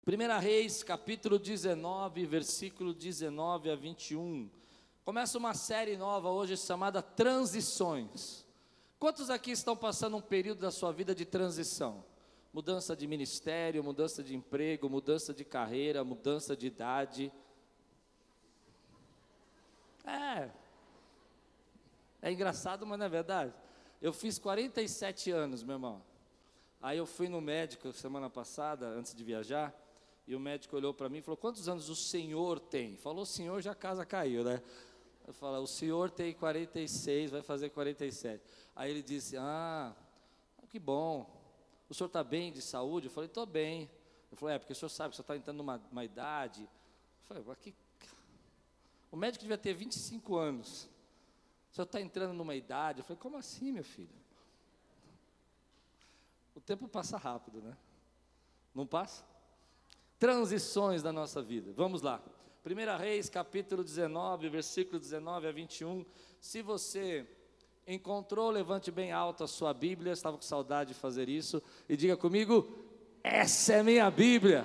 1 Reis, capítulo 19, versículo 19 a 21. Começa uma série nova hoje chamada Transições. Quantos aqui estão passando um período da sua vida de transição? Mudança de ministério, mudança de emprego, mudança de carreira, mudança de idade. É engraçado, mas não é verdade? Eu fiz 47 anos, meu irmão. Aí eu fui no médico semana passada, antes de viajar, e o médico olhou para mim e falou: quantos anos o senhor tem? Falou: o senhor, já a casa caiu, né? Eu falei: o senhor tem 46, vai fazer 47. Aí ele disse: que bom. O senhor está bem de saúde? Eu falei: estou bem. Ele falou: porque o senhor sabe que o senhor está entrando numa idade. Eu falei: o médico devia ter 25 anos. O senhor está entrando numa idade. Eu falei: como assim, meu filho? O tempo passa rápido, né? Não passa? Transições da nossa vida. Vamos lá. 1 Reis, capítulo 19, versículo 19 a 21. Se você encontrou, levante bem alto a sua Bíblia. Estava com saudade de fazer isso. E diga comigo: essa é minha Bíblia.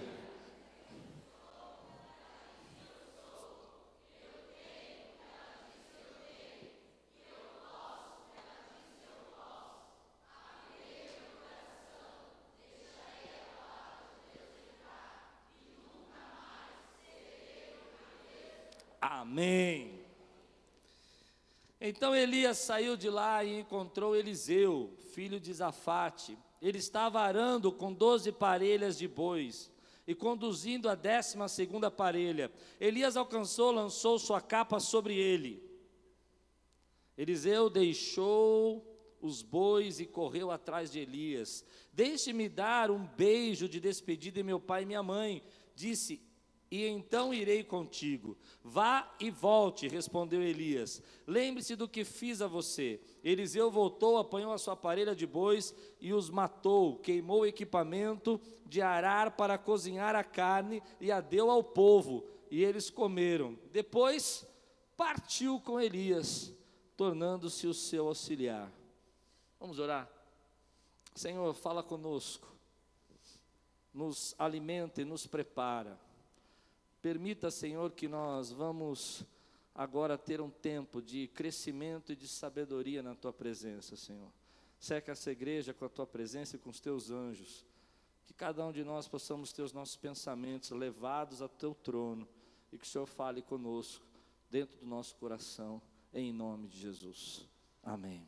Amém. Então Elias saiu de lá e encontrou Eliseu, filho de Zafate. Ele estava arando com 12 parelhas de bois e conduzindo a 12ª parelha. Elias alcançou, lançou sua capa sobre ele. Eliseu deixou os bois e correu atrás de Elias. Deixe-me dar um beijo de despedida em meu pai e minha mãe, disse, e então irei contigo. Vá e volte, respondeu Elias. Lembre-se do que fiz a você. Eliseu voltou, apanhou a sua parelha de bois e os matou. Queimou o equipamento de arar para cozinhar a carne e a deu ao povo. E eles comeram. Depois partiu com Elias, tornando-se o seu auxiliar. Vamos orar. Senhor, fala conosco. Nos alimenta e nos prepara. Permita, Senhor, que nós vamos agora ter um tempo de crescimento e de sabedoria na Tua presença, Senhor. Cerca essa igreja com a Tua presença e com os Teus anjos. Que cada um de nós possamos ter os nossos pensamentos levados ao Teu trono. E que o Senhor fale conosco, dentro do nosso coração, em nome de Jesus. Amém.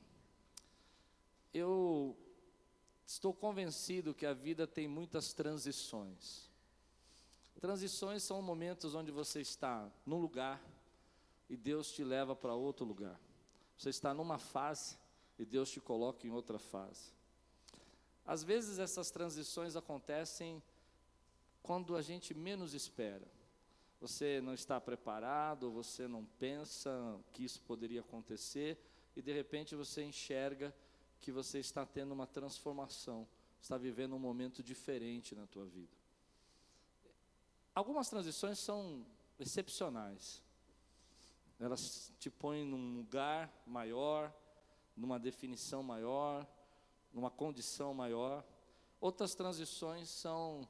Eu estou convencido que a vida tem muitas transições. Transições são momentos onde você está num lugar e Deus te leva para outro lugar. Você está numa fase e Deus te coloca em outra fase. Às vezes essas transições acontecem quando a gente menos espera. Você não está preparado, você não pensa que isso poderia acontecer e de repente você enxerga que você está tendo uma transformação, está vivendo um momento diferente na tua vida. Algumas transições são excepcionais. Elas te põem num lugar maior, numa definição maior, numa condição maior. Outras transições são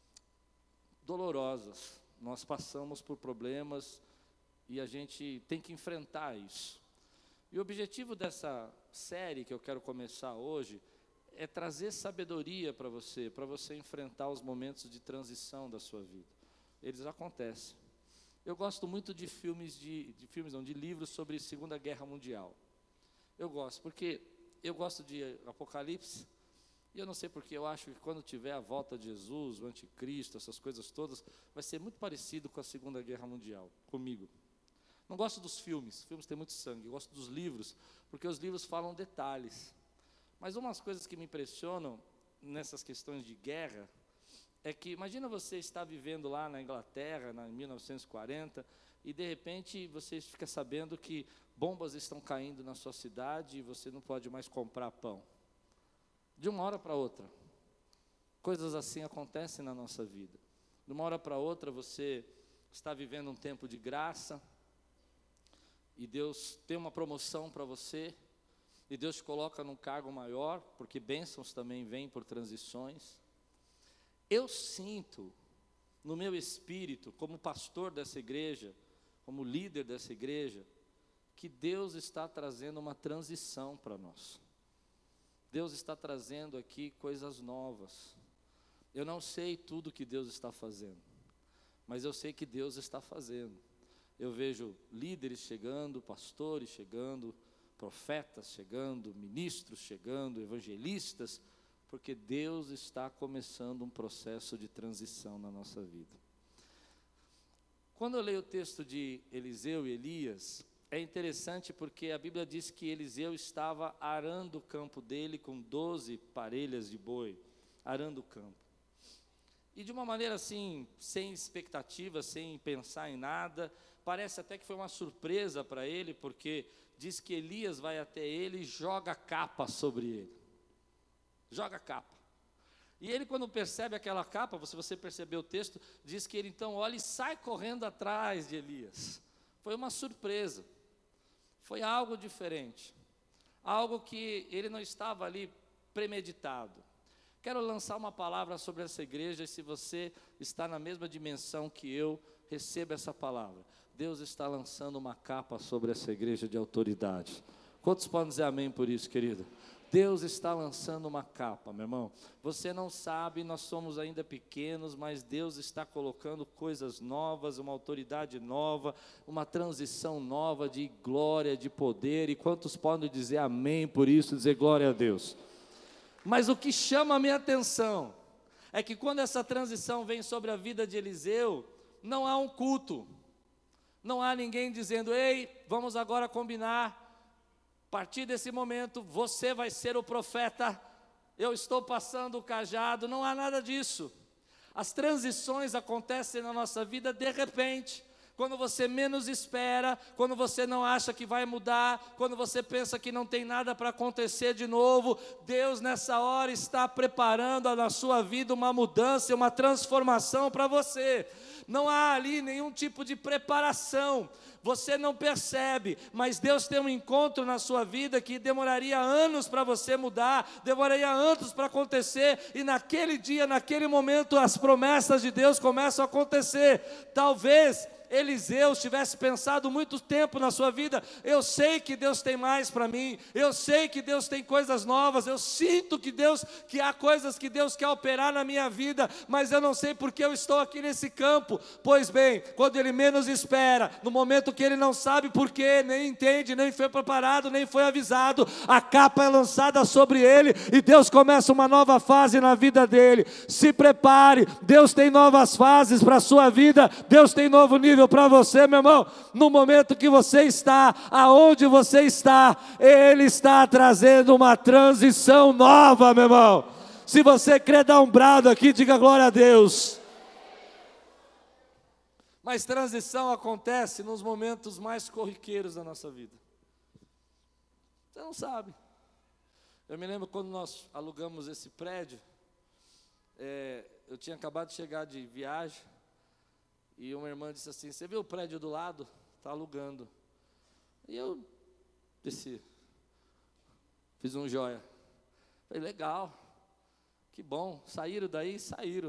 dolorosas. Nós passamos por problemas e a gente tem que enfrentar isso. E o objetivo dessa série que eu quero começar hoje é trazer sabedoria para você enfrentar os momentos de transição da sua vida. Eles acontecem. Eu gosto muito de de livros sobre Segunda Guerra Mundial. Eu gosto, porque eu gosto de Apocalipse, e eu não sei porque, eu acho que quando tiver a volta de Jesus, o anticristo, essas coisas todas, vai ser muito parecido com a Segunda Guerra Mundial, comigo. Não gosto dos filmes têm muito sangue, eu gosto dos livros, porque os livros falam detalhes. Mas umas coisas que me impressionam nessas questões de guerra, é que, imagina você estar vivendo lá na Inglaterra, em 1940, e de repente você fica sabendo que bombas estão caindo na sua cidade e você não pode mais comprar pão. De uma hora para outra. Coisas assim acontecem na nossa vida. De uma hora para outra você está vivendo um tempo de graça, e Deus tem uma promoção para você, e Deus te coloca num cargo maior, porque bênçãos também vêm por transições. Eu sinto no meu espírito, como pastor dessa igreja, como líder dessa igreja, que Deus está trazendo uma transição para nós. Deus está trazendo aqui coisas novas. Eu não sei tudo que Deus está fazendo, mas eu sei que Deus está fazendo. Eu vejo líderes chegando, pastores chegando, profetas chegando, ministros chegando, evangelistas, porque Deus está começando um processo de transição na nossa vida. Quando eu leio o texto de Eliseu e Elias, é interessante porque a Bíblia diz que Eliseu estava arando o campo dele com 12 parelhas de boi, arando o campo. E de uma maneira assim, sem expectativa, sem pensar em nada, parece até que foi uma surpresa para ele, porque diz que Elias vai até ele e joga a capa sobre ele. Joga a capa. E ele, quando percebe aquela capa, se você perceber o texto, diz que ele então olha e sai correndo atrás de Elias. Foi uma surpresa. Foi algo diferente. Algo que ele não estava ali premeditado. Quero lançar uma palavra sobre essa igreja, e se você está na mesma dimensão que eu, receba essa palavra. Deus está lançando uma capa sobre essa igreja de autoridade. Quantos podem dizer amém por isso, querido? Deus está lançando uma capa, meu irmão. Você não sabe, nós somos ainda pequenos, mas Deus está colocando coisas novas, uma autoridade nova, uma transição nova de glória, de poder. E quantos podem dizer amém por isso, dizer glória a Deus? Mas o que chama a minha atenção é que quando essa transição vem sobre a vida de Eliseu, não há um culto, não há ninguém dizendo, ei, vamos agora combinar, a partir desse momento você vai ser o profeta, eu estou passando o cajado, não há nada disso. As transições acontecem na nossa vida de repente, quando você menos espera, quando você não acha que vai mudar, quando você pensa que não tem nada para acontecer de novo, Deus nessa hora está preparando na sua vida uma mudança, uma transformação para você. Não há ali nenhum tipo de preparação, você não percebe, mas Deus tem um encontro na sua vida que demoraria anos para você mudar, demoraria anos para acontecer, e naquele dia, naquele momento, as promessas de Deus começam a acontecer. Talvez Eliseu tivesse pensado muito tempo na sua vida, eu sei que Deus tem mais para mim, eu sei que Deus tem coisas novas, eu sinto que há coisas que Deus quer operar na minha vida, mas eu não sei porque eu estou aqui nesse campo. Pois bem, quando ele menos espera, no momento que ele não sabe porquê, nem entende, nem foi preparado, nem foi avisado, a capa é lançada sobre ele, e Deus começa uma nova fase na vida dele. Se prepare, Deus tem novas fases para a sua vida, Deus tem novo nível para você, meu irmão. No momento que você está, aonde você está, Ele está trazendo uma transição nova, meu irmão. Se você crê, dá um brado aqui, diga glória a Deus. Mas transição acontece nos momentos mais corriqueiros da nossa vida. Você não sabe. Eu me lembro quando nós alugamos esse prédio, eu tinha acabado de chegar de viagem, e uma irmã disse assim, você viu o prédio do lado? Está alugando. E eu desci, fiz um joia. Falei, legal, que bom, saíram daí? Saíram.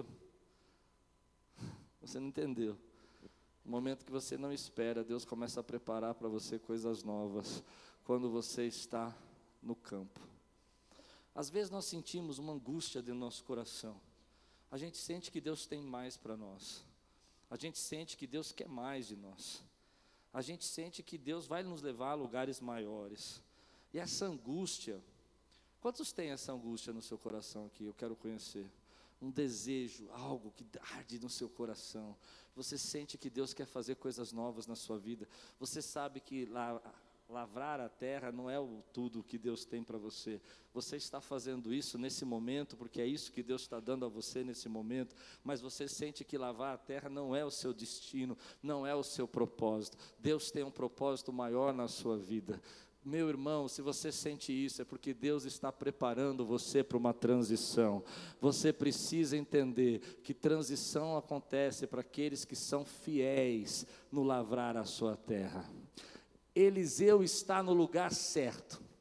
Você não entendeu. No momento que você não espera, Deus começa a preparar para você coisas novas, quando você está no campo. Às vezes nós sentimos uma angústia dentro do nosso coração. A gente sente que Deus tem mais para nós. A gente sente que Deus quer mais de nós. A gente sente que Deus vai nos levar a lugares maiores. E essa angústia, quantos têm essa angústia no seu coração aqui? Eu quero conhecer. Um desejo, algo que arde no seu coração. Você sente que Deus quer fazer coisas novas na sua vida. Você sabe que lavrar a terra não é o tudo que Deus tem para você. Você está fazendo isso nesse momento, porque é isso que Deus está dando a você nesse momento, mas você sente que lavar a terra não é o seu destino, não é o seu propósito. Deus tem um propósito maior na sua vida. Meu irmão, se você sente isso, é porque Deus está preparando você para uma transição. Você precisa entender que transição acontece para aqueles que são fiéis no lavrar a sua terra. Eliseu está no lugar certo.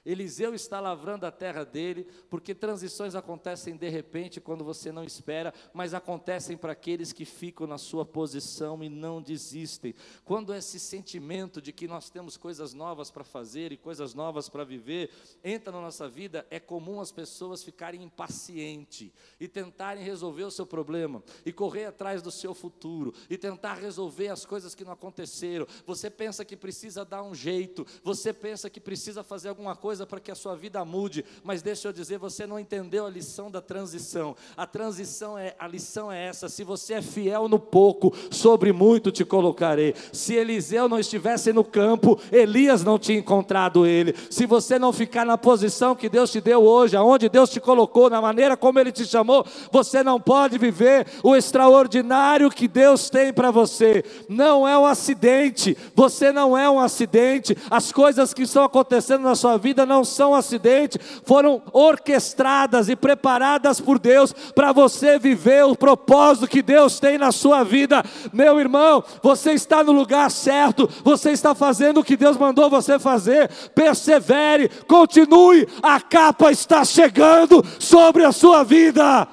Eliseu está lavrando a terra dele, porque transições acontecem de repente, quando você não espera, mas acontecem para aqueles que ficam na sua posição e não desistem. Quando esse sentimento de que nós temos coisas novas para fazer e coisas novas para viver, entra na nossa vida, é comum as pessoas ficarem impacientes e tentarem resolver o seu problema, e correr atrás do seu futuro, e tentar resolver as coisas que não aconteceram. Você pensa que precisa dar um jeito, você pensa que precisa fazer alguma coisa para que a sua vida mude, mas deixa eu dizer, você não entendeu a lição da transição. A lição é essa: se você é fiel no pouco, sobre muito te colocarei. Se Eliseu não estivesse no campo, Elias não tinha encontrado ele. Se você não ficar na posição que Deus te deu hoje, aonde Deus te colocou, na maneira como Ele te chamou, você não pode viver o extraordinário que Deus tem para você. Não é um acidente, você não é um acidente. As coisas que estão acontecendo na sua vida não são um acidente, foram orquestradas e preparadas por Deus para você viver o propósito que Deus tem na sua vida. Meu irmão, você está no lugar certo, você está fazendo o que Deus mandou você fazer. Persevere, continue, a capa está chegando sobre a sua vida.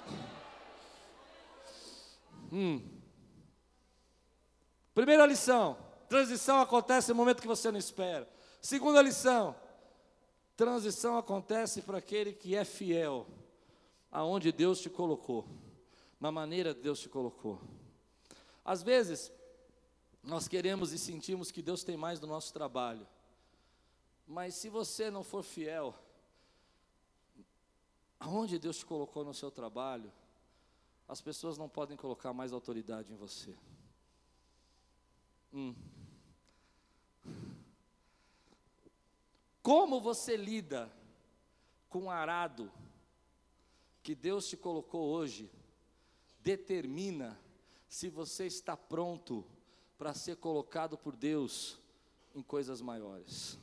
Primeira lição: transição acontece no momento que você não espera. Segunda lição: transição acontece para aquele que é fiel aonde Deus te colocou, na maneira que Deus te colocou. Às vezes, nós queremos e sentimos que Deus tem mais do nosso trabalho, mas se você não for fiel aonde Deus te colocou no seu trabalho, as pessoas não podem colocar mais autoridade em você. Como você lida com o arado que Deus te colocou hoje, determina se você está pronto para ser colocado por Deus em coisas maiores.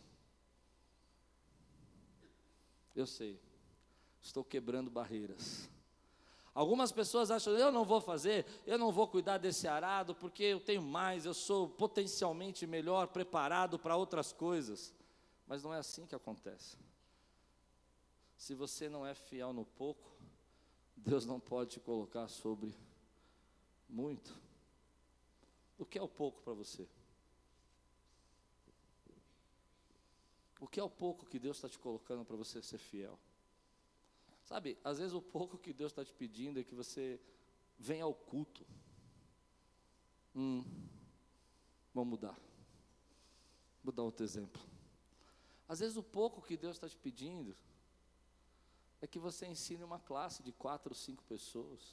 Eu sei, estou quebrando barreiras. Algumas pessoas acham: eu não vou fazer, eu não vou cuidar desse arado, porque eu tenho mais, eu sou potencialmente melhor preparado para outras coisas. Mas não é assim que acontece. Se você não é fiel no pouco, Deus não pode te colocar sobre muito. O que é o pouco para você? O que é o pouco que Deus está te colocando para você ser fiel? Sabe, às vezes o pouco que Deus está te pedindo é que você venha ao culto. Vamos mudar. Vou dar outro exemplo. Às vezes o pouco que Deus está te pedindo é que você ensine uma classe de 4 ou 5 pessoas.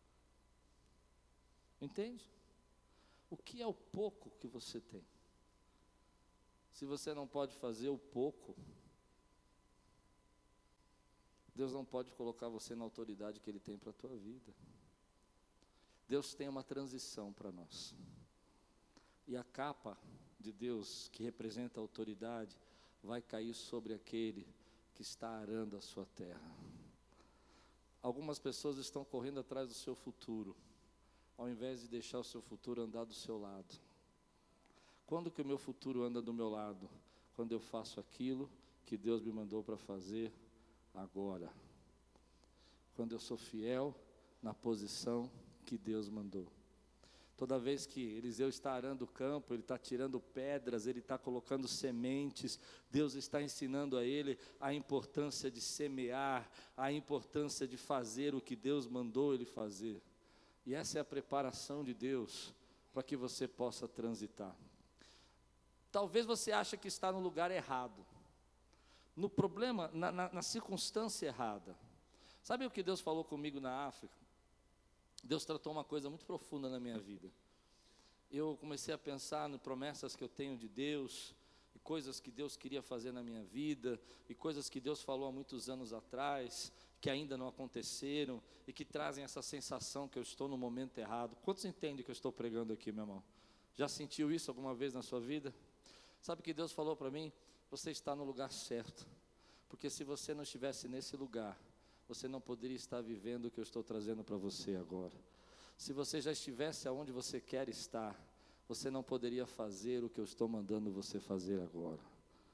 Entende? O que é o pouco que você tem? Se você não pode fazer o pouco, Deus não pode colocar você na autoridade que Ele tem para a tua vida. Deus tem uma transição para nós. E a capa de Deus, que representa a autoridade, vai cair sobre aquele que está arando a sua terra. Algumas pessoas estão correndo atrás do seu futuro, ao invés de deixar o seu futuro andar do seu lado. Quando que o meu futuro anda do meu lado? Quando eu faço aquilo que Deus me mandou para fazer agora. Quando eu sou fiel na posição que Deus mandou. Toda vez que Eliseu está arando o campo, ele está tirando pedras, ele está colocando sementes, Deus está ensinando a ele a importância de semear, a importância de fazer o que Deus mandou ele fazer. E essa é a preparação de Deus para que você possa transitar. Talvez você ache que está no lugar errado, no problema, na circunstância errada. Sabe o que Deus falou comigo na África? Deus tratou uma coisa muito profunda na minha vida. Eu comecei a pensar em promessas que eu tenho de Deus, e coisas que Deus queria fazer na minha vida, e coisas que Deus falou há muitos anos atrás, que ainda não aconteceram, e que trazem essa sensação que eu estou no momento errado. Quantos entendem que eu estou pregando aqui, meu irmão? Já sentiu isso alguma vez na sua vida? Sabe o que Deus falou para mim? Você está no lugar certo, porque se você não estivesse nesse lugar, você não poderia estar vivendo o que eu estou trazendo para você agora. Se você já estivesse aonde você quer estar, você não poderia fazer o que eu estou mandando você fazer agora.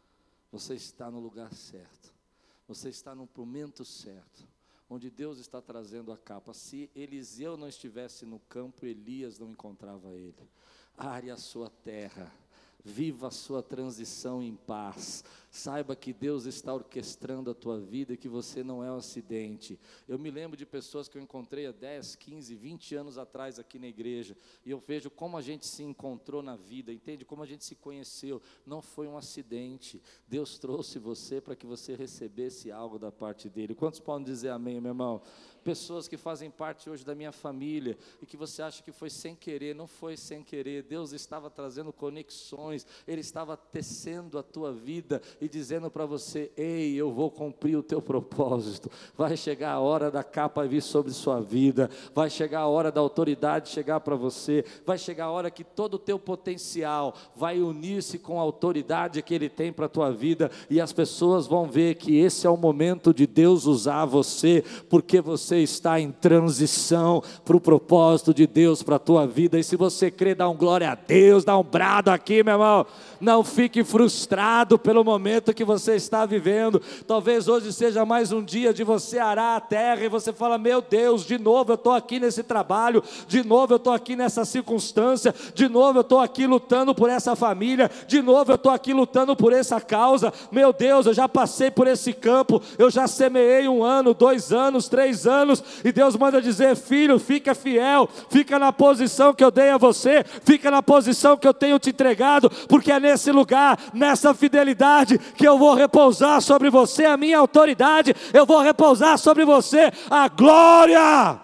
Você está no lugar certo. Você está no momento certo, onde Deus está trazendo a capa. Se Eliseu não estivesse no campo, Elias não encontrava ele. Are a sua terra. Viva a sua transição em paz. Saiba que Deus está orquestrando a tua vida e que você não é um acidente. Eu me lembro de pessoas que eu encontrei há 10, 15, 20 anos atrás aqui na igreja, e eu vejo como a gente se encontrou na vida, entende? Como a gente se conheceu. Não foi um acidente. Deus trouxe você para que você recebesse algo da parte dele. Quantos podem dizer amém, meu irmão? Pessoas que fazem parte hoje da minha família e que você acha que foi sem querer, não foi sem querer. Deus estava trazendo conexões, Ele estava tecendo a tua vida e dizendo para você: ei, eu vou cumprir o teu propósito. Vai chegar a hora da capa vir sobre sua vida, vai chegar a hora da autoridade chegar para você, vai chegar a hora que todo o teu potencial vai unir-se com a autoridade que Ele tem para a tua vida, e as pessoas vão ver que esse é o momento de Deus usar você, porque você está em transição para o propósito de Deus para a tua vida. E se você crê, dá um glória a Deus, dá um brado aqui, meu irmão. Não fique frustrado pelo momento que você está vivendo. Talvez hoje seja mais um dia de você arar a terra e você fala: meu Deus, de novo eu estou aqui nesse trabalho, de novo eu estou aqui nessa circunstância, de novo eu estou aqui lutando por essa família, de novo eu estou aqui lutando por essa causa. Meu Deus, eu já passei por esse campo, eu já semeei 1 ano, 2 anos, 3 anos, e Deus manda dizer: filho, fica fiel, fica na posição que eu dei a você, fica na posição que eu tenho te entregado, porque é nesse lugar, nessa fidelidade, que eu vou repousar sobre você a minha autoridade, eu vou repousar sobre você a glória.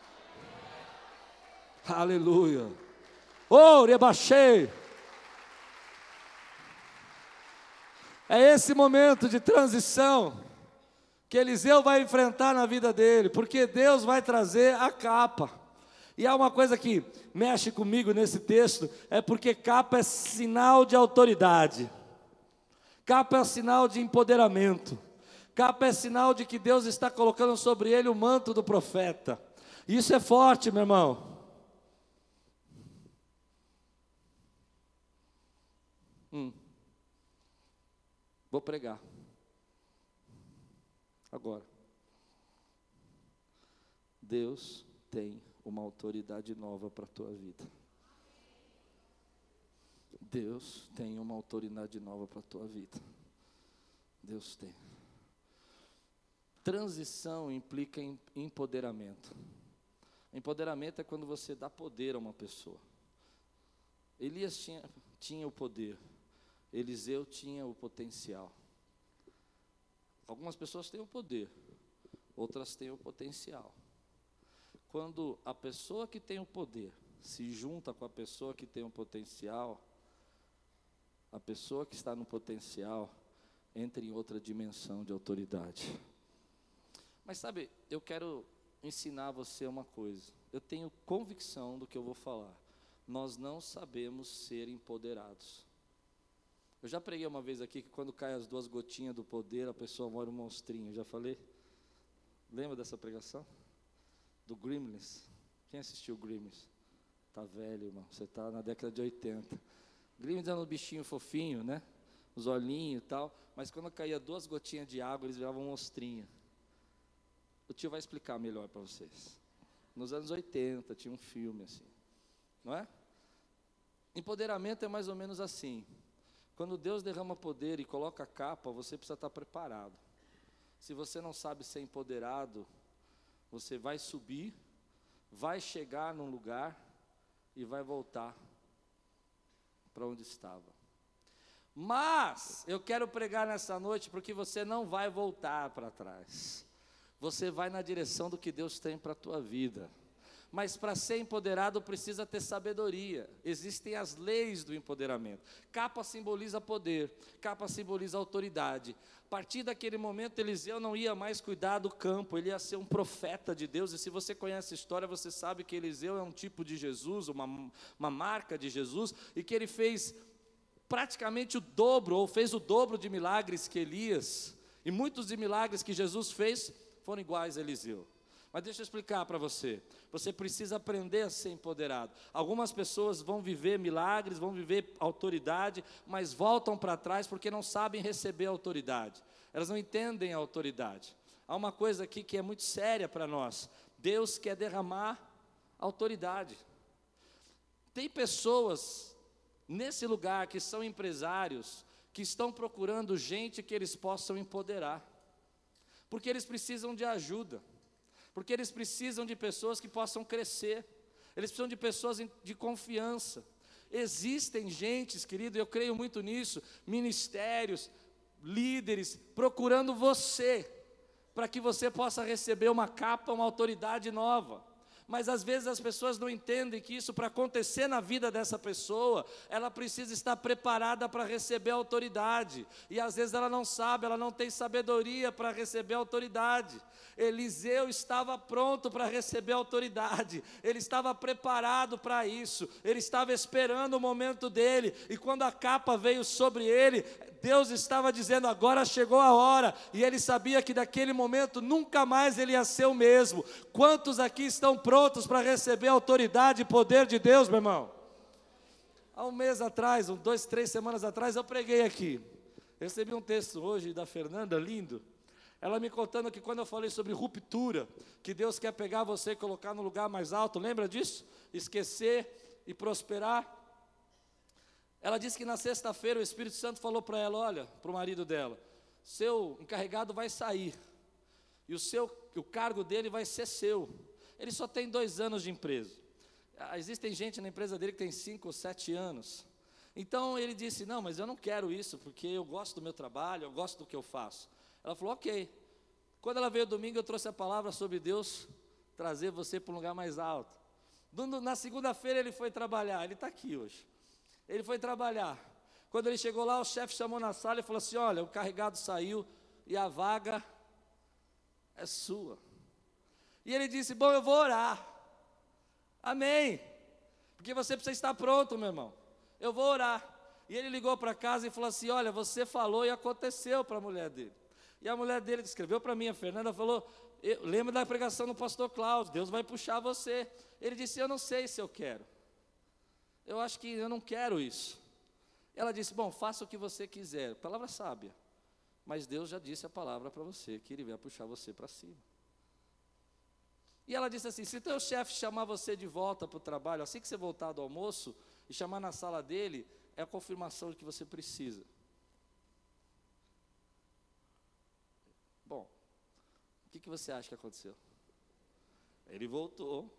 Aleluia. Oh, rebaixei. É esse momento de transição que Eliseu vai enfrentar na vida dele, porque Deus vai trazer a capa. E há uma coisa que mexe comigo nesse texto, é porque capa é sinal de autoridade, capa é sinal de empoderamento, capa é sinal de que Deus está colocando sobre ele o manto do profeta. Isso é forte, meu irmão. Vou pregar agora. Deus tem uma autoridade nova para a tua vida. Deus tem uma autoridade nova para a tua vida. Deus tem. Transição implica em empoderamento. Empoderamento é quando você dá poder a uma pessoa. Elias tinha o poder. Eliseu tinha o potencial. Algumas pessoas têm o poder, outras têm o potencial. Quando a pessoa que tem o poder se junta com a pessoa que tem o potencial, a pessoa que está no potencial entra em outra dimensão de autoridade. Mas sabe, eu quero ensinar você uma coisa. Eu tenho convicção do que eu vou falar. Nós não sabemos ser empoderados. Eu já preguei uma vez aqui que quando cai as 2 gotinhas do poder, a pessoa mora um monstrinho. Já falei? Lembra dessa pregação? Do Gremlins. Quem assistiu Gremlins? Tá velho, irmão. Você tá na década de 80. Gremlins eram um bichinho fofinho, né? Os olhinhos e tal. Mas quando caía 2 gotinhas de água, eles viravam um monstrinho. O tio vai explicar melhor para vocês. Nos anos 80 tinha um filme assim. Não é? Empoderamento é mais ou menos assim. Quando Deus derrama poder e coloca a capa, você precisa estar preparado. Se você não sabe ser empoderado, você vai subir, vai chegar num lugar e vai voltar para onde estava. Mas eu quero pregar nessa noite porque você não vai voltar para trás. Você vai na direção do que Deus tem para a tua vida. Mas para ser empoderado precisa ter sabedoria. Existem as leis do empoderamento. Capa simboliza poder, capa simboliza autoridade. A partir daquele momento, Eliseu não ia mais cuidar do campo, ele ia ser um profeta de Deus. E se você conhece a história, você sabe que Eliseu é um tipo de Jesus, uma marca de Jesus, e que ele fez praticamente o dobro, ou fez o dobro de milagres que Elias. E muitos de milagres que Jesus fez foram iguais a Eliseu. Mas deixa eu explicar para você. Você precisa aprender a ser empoderado. Algumas pessoas vão viver milagres, vão viver autoridade, mas voltam para trás porque não sabem receber autoridade. Elas não entendem a autoridade. Há uma coisa aqui que é muito séria para nós. Deus quer derramar autoridade. Tem pessoas nesse lugar que são empresários, que estão procurando gente que eles possam empoderar. Porque eles precisam de ajuda. Porque eles precisam de pessoas que possam crescer. Eles precisam de pessoas de confiança. Existem gentes, querido, eu creio muito nisso, ministérios, líderes, procurando você, para que você possa receber uma capa, uma autoridade nova. Mas às vezes as pessoas não entendem que isso, para acontecer na vida dessa pessoa, ela precisa estar preparada para receber a autoridade. E às vezes ela não sabe, ela não tem sabedoria para receber a autoridade. Eliseu estava pronto para receber a autoridade, ele estava preparado para isso, ele estava esperando o momento dele, e quando a capa veio sobre ele, Deus estava dizendo, agora chegou a hora, e ele sabia que daquele momento nunca mais ele ia ser o mesmo. Quantos aqui estão prontos para receber a autoridade e poder de Deus, meu irmão? Há um mês atrás, 2, 3 semanas atrás, eu preguei aqui, recebi um texto hoje da Fernanda, lindo, ela me contando que quando eu falei sobre ruptura, que Deus quer pegar você e colocar no lugar mais alto, lembra disso? Esquecer e prosperar. Ela disse que na sexta-feira o Espírito Santo falou para ela, olha, para o marido dela, seu encarregado vai sair, e o cargo dele vai ser seu. Ele só tem 2 anos de empresa. Existem gente na empresa dele que tem 5 ou 7 anos. Então ele disse, não, mas eu não quero isso, porque eu gosto do meu trabalho, eu gosto do que eu faço. Ela falou, ok. Quando ela veio domingo, eu trouxe a palavra sobre Deus trazer você para um lugar mais alto. Na segunda-feira ele foi trabalhar, ele está aqui hoje. Ele foi trabalhar. Quando ele chegou lá, o chefe chamou na sala e falou assim, olha, o carregado saiu e a vaga é sua. E ele disse, bom, eu vou orar. Amém. Porque você precisa estar pronto, meu irmão. Eu vou orar. E ele ligou para casa e falou assim, olha, você falou e aconteceu para a mulher dele. E a mulher dele que escreveu para mim, a Fernanda, falou, lembra da pregação do pastor Cláudio, Deus vai puxar você. Ele disse, eu não sei se eu quero. Eu acho que eu não quero isso. Ela disse, bom, faça o que você quiser. Palavra sábia. Mas Deus já disse a palavra para você, que Ele vai puxar você para cima. E ela disse assim, se teu chefe chamar você de volta para o trabalho, assim que você voltar do almoço, e chamar na sala dele, é a confirmação de que você precisa. Bom, o que você acha que aconteceu? Ele voltou,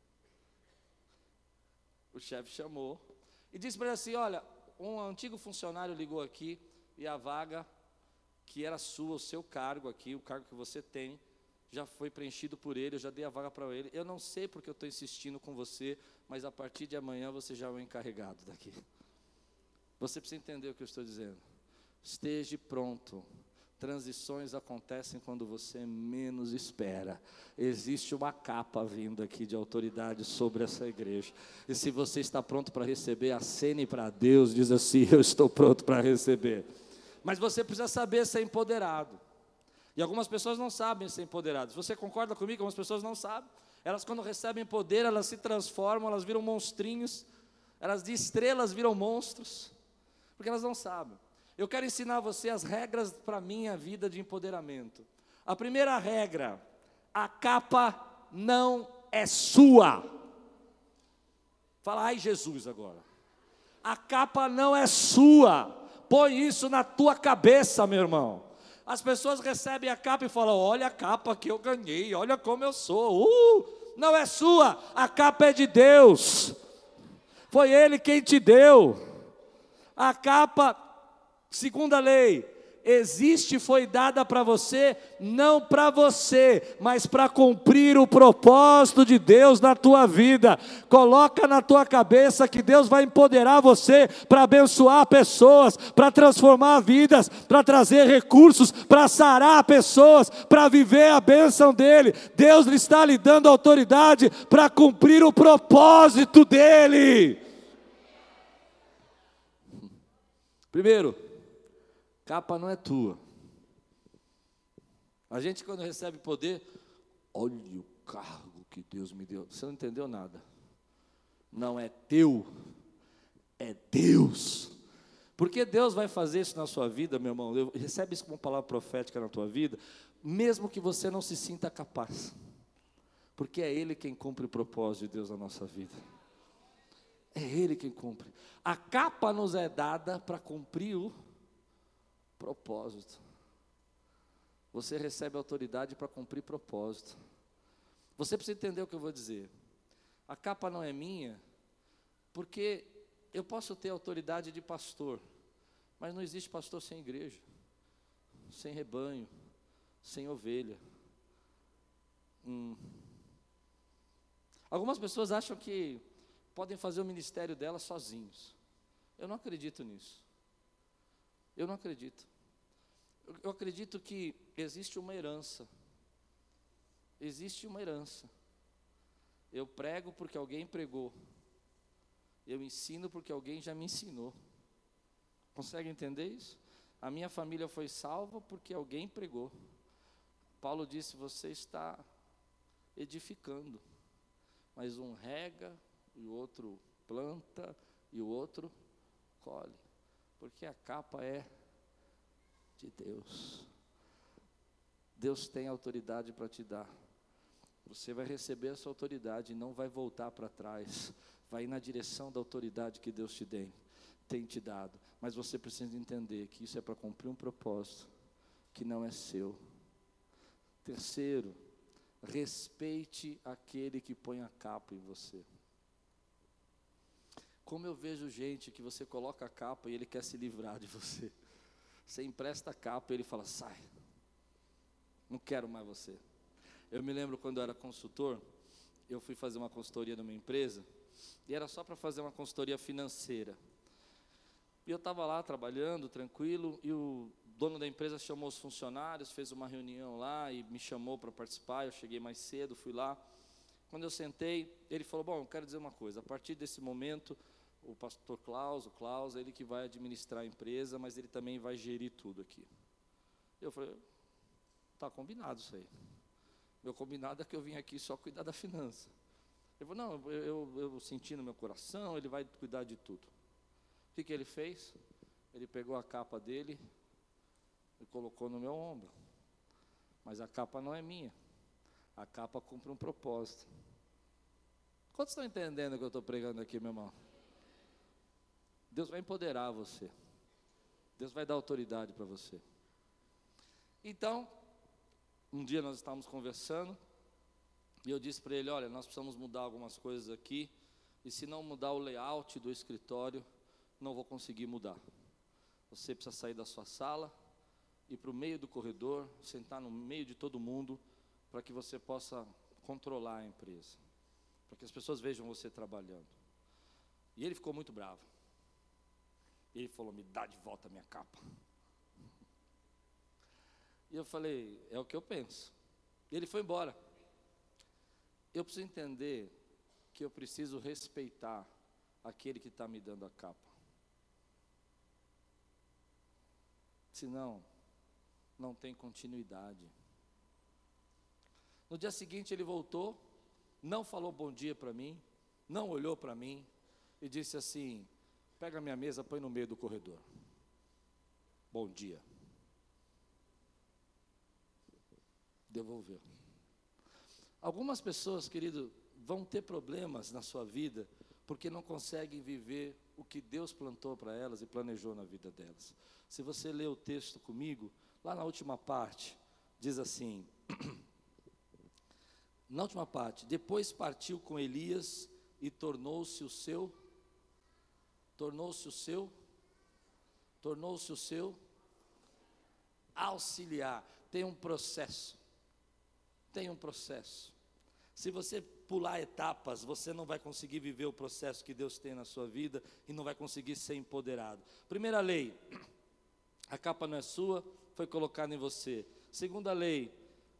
o chefe chamou, e disse para ele assim, olha, um antigo funcionário ligou aqui, e a vaga que era sua, o seu cargo aqui, o cargo que você tem, já foi preenchido por ele, eu já dei a vaga para ele, eu não sei porque eu estou insistindo com você, mas a partir de amanhã você já é o encarregado daqui. Você precisa entender o que eu estou dizendo. Esteja pronto. Transições acontecem quando você menos espera. Existe uma capa vindo aqui de autoridade sobre essa igreja. E se você está pronto para receber, acene para Deus, diz assim, eu estou pronto para receber. Mas você precisa saber ser empoderado. E algumas pessoas não sabem ser empoderadas. Você concorda comigo? Algumas pessoas não sabem. Elas quando recebem poder, elas se transformam, elas viram monstrinhos. Elas de estrelas viram monstros. Porque elas não sabem. Eu quero ensinar você as regras para a minha vida de empoderamento. A primeira regra, a capa não é sua. Fala, ai Jesus agora. A capa não é sua. Põe isso na tua cabeça, meu irmão. As pessoas recebem a capa e falam, olha a capa que eu ganhei, olha como eu sou. Não é sua, a capa é de Deus. Foi Ele quem te deu. A capa... Segunda lei, existe e foi dada para você, não para você, mas para cumprir o propósito de Deus na tua vida. Coloca na tua cabeça que Deus vai empoderar você para abençoar pessoas, para transformar vidas, para trazer recursos, para sarar pessoas, para viver a bênção dEle. Deus está lhe dando autoridade para cumprir o propósito dEle. Primeiro, capa não é tua. A gente quando recebe poder, olha o cargo que Deus me deu. Você não entendeu nada. Não é teu, é Deus. Porque Deus vai fazer isso na sua vida, meu irmão. Recebe isso como palavra profética na tua vida, mesmo que você não se sinta capaz. Porque é Ele quem cumpre o propósito de Deus na nossa vida. É Ele quem cumpre. A capa nos é dada para cumprir o propósito. Você recebe autoridade para cumprir propósito. Você precisa entender o que eu vou dizer. A capa não é minha, porque eu posso ter autoridade de pastor, mas não existe pastor sem igreja, sem rebanho, sem ovelha. Algumas pessoas acham que podem fazer o ministério delas sozinhos. Eu não acredito nisso. Eu não acredito. Eu acredito que existe uma herança. Existe uma herança. Eu prego porque alguém pregou. Eu ensino porque alguém já me ensinou. Consegue entender isso? A minha família foi salva porque alguém pregou. Paulo disse: você está edificando, mas um rega, e o outro planta, e o outro colhe, porque a capa é de Deus. Deus tem autoridade para te dar. Você vai receber essa autoridade e não vai voltar para trás, vai ir na direção da autoridade que Deus tem te dado. Mas você precisa entender que isso é para cumprir um propósito que não é seu. Terceiro, respeite aquele que põe a capa em você. Como eu vejo gente que você coloca a capa e ele quer se livrar de você. Você empresta a capa e ele fala: sai, não quero mais você. Eu me lembro quando eu era consultor, eu fui fazer uma consultoria numa empresa, e era só para fazer uma consultoria financeira. E eu estava lá trabalhando, tranquilo, e o dono da empresa chamou os funcionários, fez uma reunião lá e me chamou para participar. Eu cheguei mais cedo, fui lá. Quando eu sentei, ele falou: bom, eu quero dizer uma coisa, a partir desse momento, o pastor Klaus, ele que vai administrar a empresa, mas ele também vai gerir tudo aqui. Eu falei: tá combinado isso aí. Meu combinado é que eu vim aqui só cuidar da finança. Ele falou: não, eu senti no meu coração, ele vai cuidar de tudo. O que ele fez? Ele pegou a capa dele e colocou no meu ombro. Mas a capa não é minha. A capa cumpre um propósito. Quantos estão entendendo o que eu estou pregando aqui, meu irmão? Deus vai empoderar você. Deus vai dar autoridade para você. Então, um dia nós estávamos conversando, e eu disse para ele: olha, nós precisamos mudar algumas coisas aqui, e se não mudar o layout do escritório, não vou conseguir mudar. Você precisa sair da sua sala, ir para o meio do corredor, sentar no meio de todo mundo, para que você possa controlar a empresa, para que as pessoas vejam você trabalhando. E ele ficou muito bravo. Ele falou: me dá de volta a minha capa. E eu falei: é o que eu penso. E ele foi embora. Eu preciso entender que eu preciso respeitar aquele que está me dando a capa. Senão, não tem continuidade. No dia seguinte ele voltou, não falou bom dia para mim, não olhou para mim e disse assim: pega a minha mesa, põe no meio do corredor. Bom dia. Devolveu. Algumas pessoas, querido, vão ter problemas na sua vida porque não conseguem viver o que Deus plantou para elas e planejou na vida delas. Se você ler o texto comigo, lá na última parte, diz assim, na última parte: depois partiu com Elias e tornou-se o seu auxiliar. Tem um processo. Se você pular etapas, você não vai conseguir viver o processo que Deus tem na sua vida e não vai conseguir ser empoderado. Primeira lei: a capa não é sua, foi colocada em você. Segunda lei: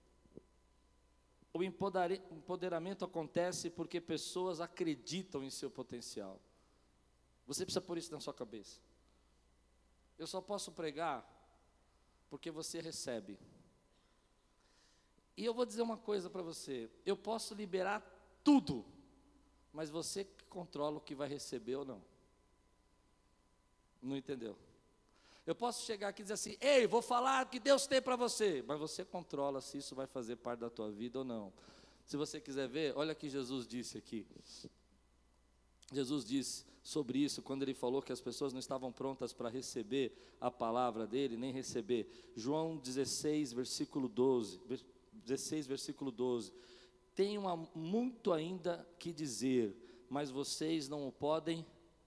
o empoderamento acontece porque pessoas acreditam em seu potencial. Você precisa pôr isso na sua cabeça. Eu só posso pregar porque você recebe. E eu vou dizer uma coisa para você: eu posso liberar tudo, mas você que controla o que vai receber ou não. Não entendeu? Eu posso chegar aqui e dizer assim: ei, vou falar o que Deus tem para você, mas você controla se isso vai fazer parte da tua vida ou não. Se você quiser ver, olha o que Jesus disse aqui. Jesus disse sobre isso, quando ele falou que as pessoas não estavam prontas para receber a palavra dele, nem receber. João 16, versículo 12. 16, versículo 12. Tenho muito ainda que dizer, mas vocês não o podem.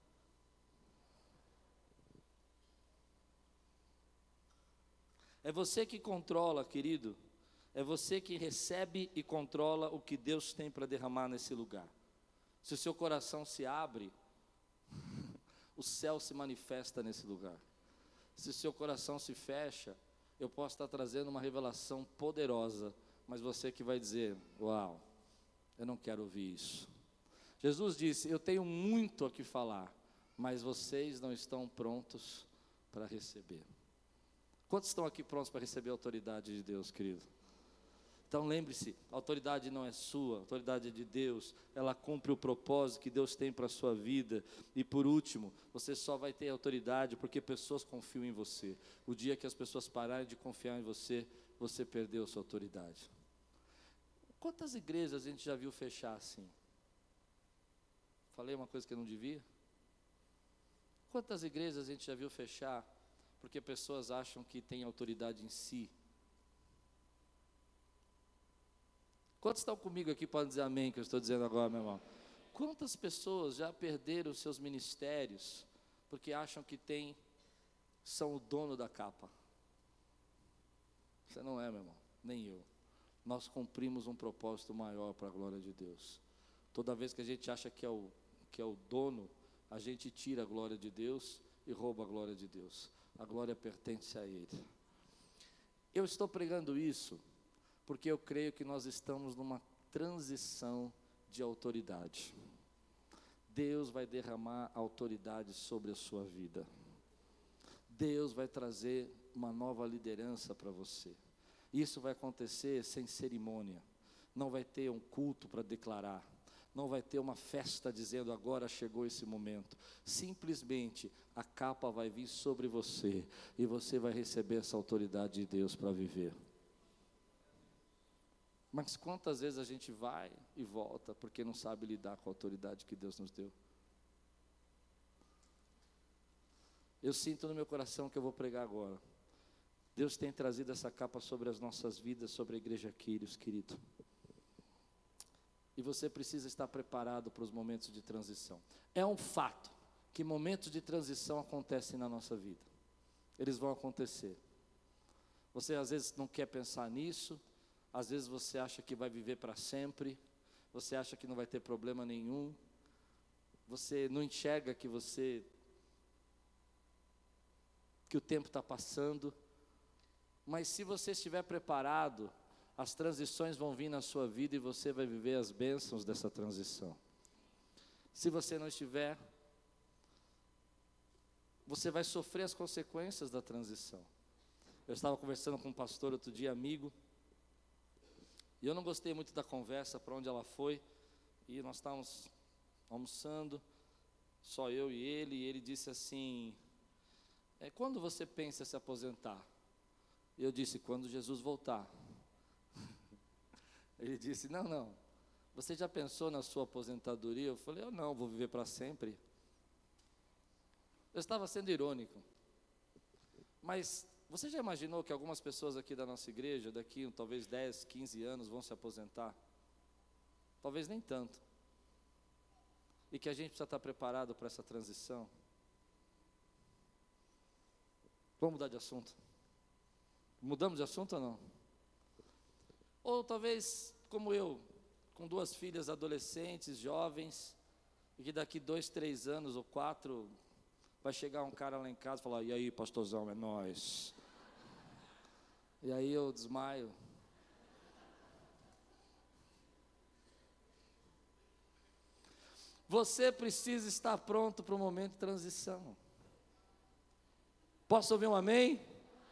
É você que controla, querido. É você que recebe e controla o que Deus tem para derramar nesse lugar. Se o seu coração se abre, o céu se manifesta nesse lugar. Se o seu coração se fecha, eu posso estar trazendo uma revelação poderosa, mas você que vai dizer: uau, eu não quero ouvir isso. Jesus disse: eu tenho muito a que falar, mas vocês não estão prontos para receber. Quantos estão aqui prontos para receber a autoridade de Deus, querido? Então lembre-se, a autoridade não é sua, a autoridade é de Deus. Ela cumpre o propósito que Deus tem para a sua vida. E por último, você só vai ter autoridade porque pessoas confiam em você. O dia que as pessoas pararem de confiar em você, você perdeu sua autoridade. Quantas igrejas a gente já viu fechar assim? Falei uma coisa que eu não devia? Quantas igrejas a gente já viu fechar porque pessoas acham que têm autoridade em si? Quantos estão comigo aqui podem dizer amém, que eu estou dizendo agora, meu irmão? Quantas pessoas já perderam os seus ministérios porque acham que são o dono da capa? Você não é, meu irmão, nem eu. Nós cumprimos um propósito maior para a glória de Deus. Toda vez que a gente acha que é o dono, a gente tira a glória de Deus e rouba a glória de Deus. A glória pertence a Ele. Eu estou pregando isso porque eu creio que nós estamos numa transição de autoridade. Deus vai derramar autoridade sobre a sua vida. Deus vai trazer uma nova liderança para você. Isso vai acontecer sem cerimônia. Não vai ter um culto para declarar. Não vai ter uma festa dizendo agora chegou esse momento. Simplesmente a capa vai vir sobre você e você vai receber essa autoridade de Deus para viver. Mas quantas vezes a gente vai e volta porque não sabe lidar com a autoridade que Deus nos deu? Eu sinto no meu coração que eu vou pregar agora. Deus tem trazido essa capa sobre as nossas vidas, sobre a igreja Quírios, querido. E você precisa estar preparado para os momentos de transição. É um fato que momentos de transição acontecem na nossa vida. Eles vão acontecer. Você às vezes não quer pensar nisso. Às vezes você acha que vai viver para sempre, você acha que não vai ter problema nenhum, você não enxerga que o tempo está passando, mas se você estiver preparado, as transições vão vir na sua vida e você vai viver as bênçãos dessa transição. Se você não estiver, você vai sofrer as consequências da transição. Eu estava conversando com um pastor outro dia, amigo, e eu não gostei muito da conversa, para onde ela foi, e nós estávamos almoçando, só eu e ele disse assim, quando você pensa em se aposentar? Eu disse, quando Jesus voltar. Ele disse, não, você já pensou na sua aposentadoria? Eu falei, eu não, vou viver para sempre. Eu estava sendo irônico, mas você já imaginou que algumas pessoas aqui da nossa igreja, daqui talvez 10, 15 anos, vão se aposentar? Talvez nem tanto. E que a gente precisa estar preparado para essa transição. Vamos mudar de assunto? Mudamos de assunto ou não? Ou talvez, como eu, com 2 filhas adolescentes, jovens, e que daqui 2, 3 anos ou 4, vai chegar um cara lá em casa e falar, e aí pastorzão, é nóis. E aí eu desmaio. Você precisa estar pronto para o momento de transição. Posso ouvir um amém?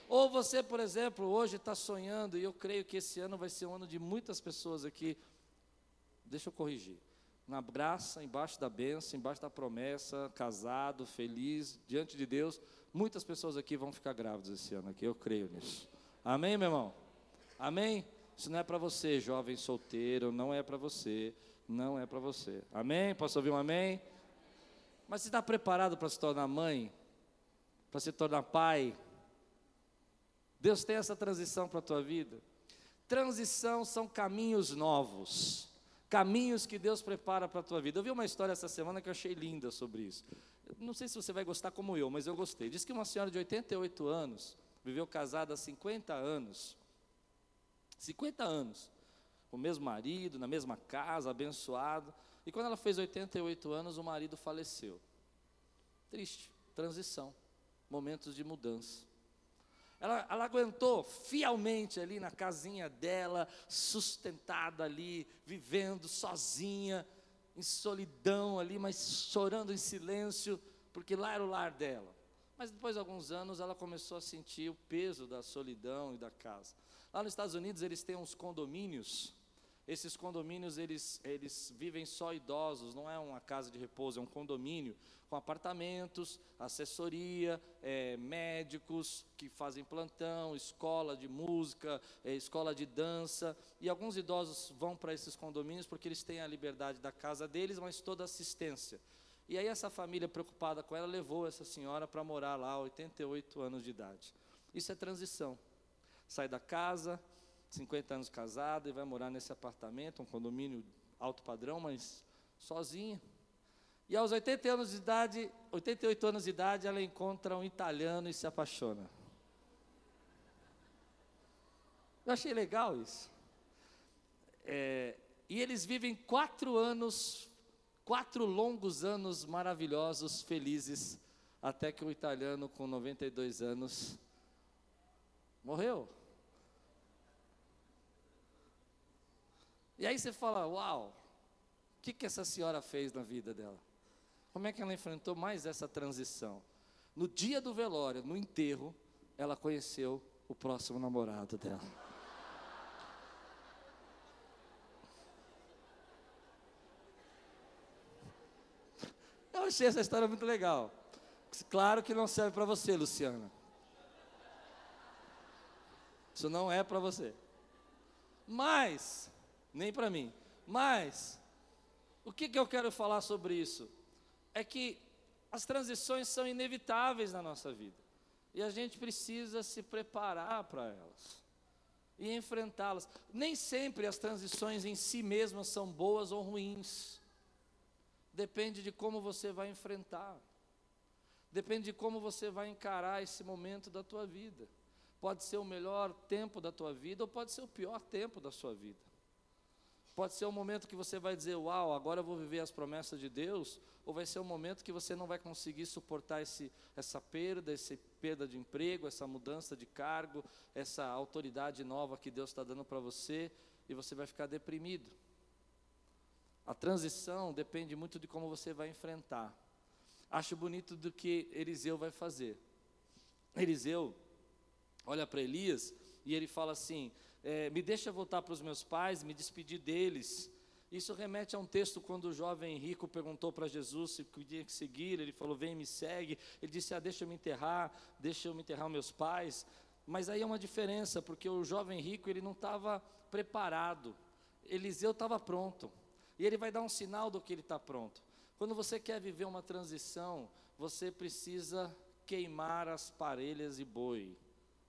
Ou você, por exemplo, hoje está sonhando, e eu creio que esse ano vai ser um ano de muitas pessoas aqui, deixa eu corrigir, na graça, embaixo da bênção, embaixo da promessa, casado, feliz, diante de Deus, muitas pessoas aqui vão ficar grávidas esse ano aqui, eu creio nisso. Amém, meu irmão? Amém? Isso não é para você, jovem solteiro, não é para você, não é para você. Amém? Posso ouvir um amém? Mas você está preparado para se tornar mãe? Para se tornar pai? Deus tem essa transição para a tua vida? Transição são caminhos novos, caminhos que Deus prepara para a tua vida. Eu vi uma história essa semana que eu achei linda sobre isso. Não sei se você vai gostar como eu, mas eu gostei. Diz que uma senhora de 88 anos, viveu casada há 50 anos, 50 anos, com o mesmo marido, na mesma casa, abençoado, e quando ela fez 88 anos, o marido faleceu. Triste, transição, momentos de mudança. Ela aguentou fielmente ali na casinha dela, sustentada ali, vivendo sozinha, em solidão ali, mas chorando em silêncio, porque lá era o lar dela. Mas depois de alguns anos, ela começou a sentir o peso da solidão e da casa. Lá nos Estados Unidos, eles têm uns condomínios. Esses condomínios, eles vivem só idosos, não é uma casa de repouso, é um condomínio com apartamentos, assessoria, médicos que fazem plantão, escola de música, escola de dança. E alguns idosos vão para esses condomínios porque eles têm a liberdade da casa deles, mas toda assistência. E aí essa família preocupada com ela levou essa senhora para morar lá, 88 anos de idade. Isso é transição. Sai da casa, 50 anos casada, e vai morar nesse apartamento, um condomínio alto padrão, mas sozinha. E aos 88 anos de idade, ela encontra um italiano e se apaixona. Eu achei legal isso. E eles vivem 4 longos anos maravilhosos, felizes, até que o italiano com 92 anos morreu. E aí você fala, uau, o que essa senhora fez na vida dela? Como é que ela enfrentou mais essa transição? No dia do velório, no enterro, ela conheceu o próximo namorado dela. Eu achei essa história muito legal. Claro que não serve para você, Luciana. Isso não é para você. Mas, nem para mim. Mas, o que eu quero falar sobre isso? É que as transições são inevitáveis na nossa vida. E a gente precisa se preparar para elas. E enfrentá-las. Nem sempre as transições em si mesmas são boas ou ruins. Depende de como você vai enfrentar. Depende de como você vai encarar esse momento da tua vida. Pode ser o melhor tempo da tua vida ou pode ser o pior tempo da sua vida. Pode ser o momento que você vai dizer, uau, agora eu vou viver as promessas de Deus, ou vai ser o momento que você não vai conseguir suportar essa perda de emprego, essa mudança de cargo, essa autoridade nova que Deus está dando para você, e você vai ficar deprimido. A transição depende muito de como você vai enfrentar. Acho bonito do que Eliseu vai fazer. Eliseu olha para Elias e ele fala assim, me deixa voltar para os meus pais, me despedir deles. Isso remete a um texto quando o jovem rico perguntou para Jesus se podia seguir, ele falou, vem, me segue. Ele disse, deixa eu me enterrar meus pais. Mas aí é uma diferença, porque o jovem rico, ele não estava preparado. Eliseu estava pronto. E ele vai dar um sinal do que ele está pronto. Quando você quer viver uma transição, você precisa queimar as parelhas de boi.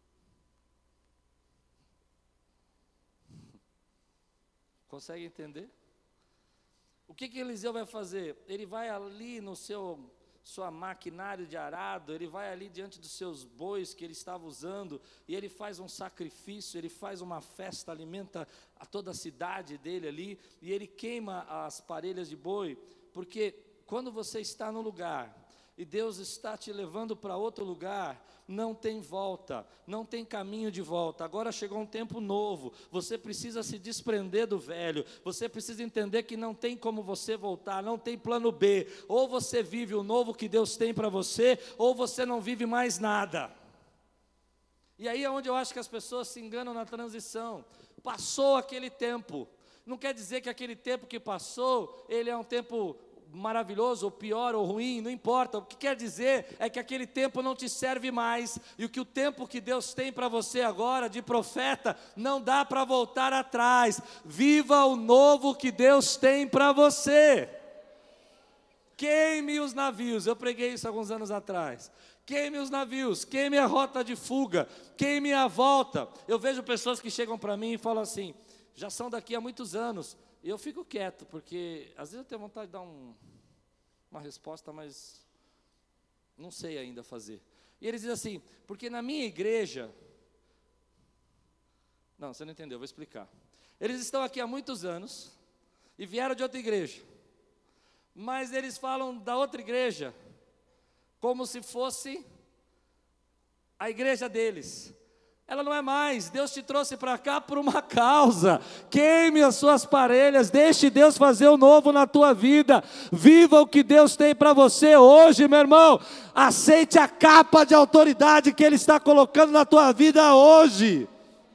Consegue entender? O que Eliseu vai fazer? Ele vai ali no sua maquinário de arado, ele vai ali diante dos seus bois que ele estava usando, e ele faz um sacrifício, ele faz uma festa, alimenta a toda a cidade dele ali, e ele queima as parelhas de boi, porque quando você está no lugar, e Deus está te levando para outro lugar, não tem volta, não tem caminho de volta. Agora chegou um tempo novo, você precisa se desprender do velho, você precisa entender que não tem como você voltar, não tem plano B, ou você vive o novo que Deus tem para você, ou você não vive mais nada. E aí é onde eu acho que as pessoas se enganam na transição. Passou aquele tempo. Não quer dizer que aquele tempo que passou, ele é um tempo maravilhoso, ou pior, ou ruim, não importa. O que quer dizer é que aquele tempo não te serve mais. E o tempo que Deus tem para você agora, de profeta, não dá para voltar atrás. Viva o novo que Deus tem para você. Queime os navios, eu preguei isso alguns anos atrás. Queime os navios, queime a rota de fuga, queime a volta. Eu vejo pessoas que chegam para mim e falam assim, já são daqui há muitos anos, e eu fico quieto, porque às vezes eu tenho vontade de dar uma resposta, mas não sei ainda fazer. E eles dizem assim, porque na minha igreja... Não, você não entendeu, eu vou explicar. Eles estão aqui há muitos anos, e vieram de outra igreja. Mas eles falam da outra igreja como se fosse a igreja deles. Ela não é mais. Deus te trouxe para cá por uma causa. Queime as suas parelhas, deixe Deus fazer o novo na tua vida. Viva o que Deus tem para você hoje, meu irmão. Aceite a capa de autoridade que Ele está colocando na tua vida hoje.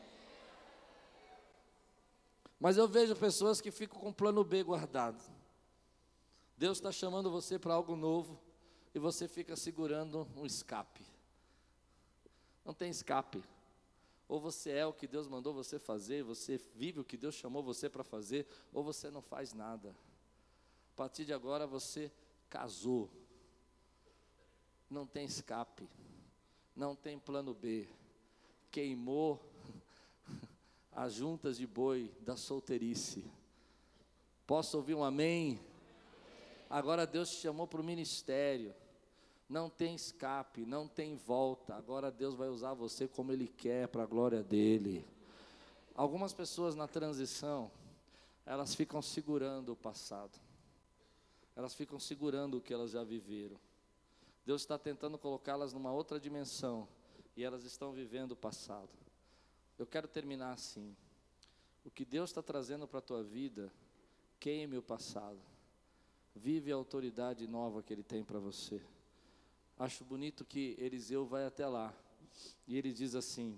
Mas eu vejo pessoas que ficam com o plano B guardado. Deus está chamando você para algo novo e você fica segurando um escape. Não tem escape. Ou você é o que Deus mandou você fazer, você vive o que Deus chamou você para fazer, ou você não faz nada. A partir de agora você casou. Não tem escape. Não tem plano B. Queimou as juntas de boi da solteirice. Posso ouvir um amém? Agora Deus te chamou para o ministério. Não tem escape, não tem volta. Agora Deus vai usar você como Ele quer, para a glória dEle. Algumas pessoas na transição, elas ficam segurando o passado. Elas ficam segurando o que elas já viveram. Deus está tentando colocá-las numa outra dimensão, e elas estão vivendo o passado. Eu quero terminar assim. O que Deus está trazendo para a tua vida, queime o passado. Vive a autoridade nova que Ele tem para você. Acho bonito que Eliseu vai até lá, e ele diz assim: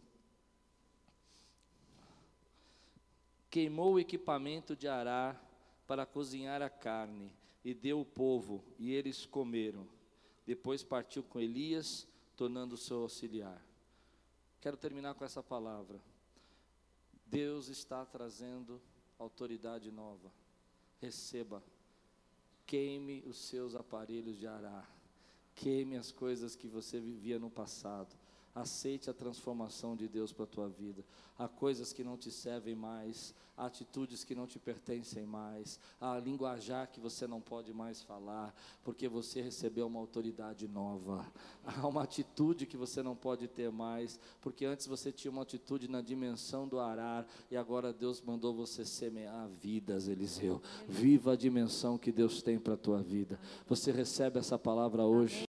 queimou o equipamento de arar para cozinhar a carne, e deu o povo, e eles comeram. Depois partiu com Elias, tornando o seu auxiliar. Quero terminar com essa palavra. Deus está trazendo autoridade nova. Receba. Queime os seus aparelhos de arar. Queime as coisas que você vivia no passado. Aceite a transformação de Deus para a tua vida. Há coisas que não te servem mais, há atitudes que não te pertencem mais, há linguajar que você não pode mais falar, porque você recebeu uma autoridade nova. Há uma atitude que você não pode ter mais, porque antes você tinha uma atitude na dimensão do arar, e agora Deus mandou você semear vidas, Eliseu. Viva a dimensão que Deus tem para a tua vida. Você recebe essa palavra hoje?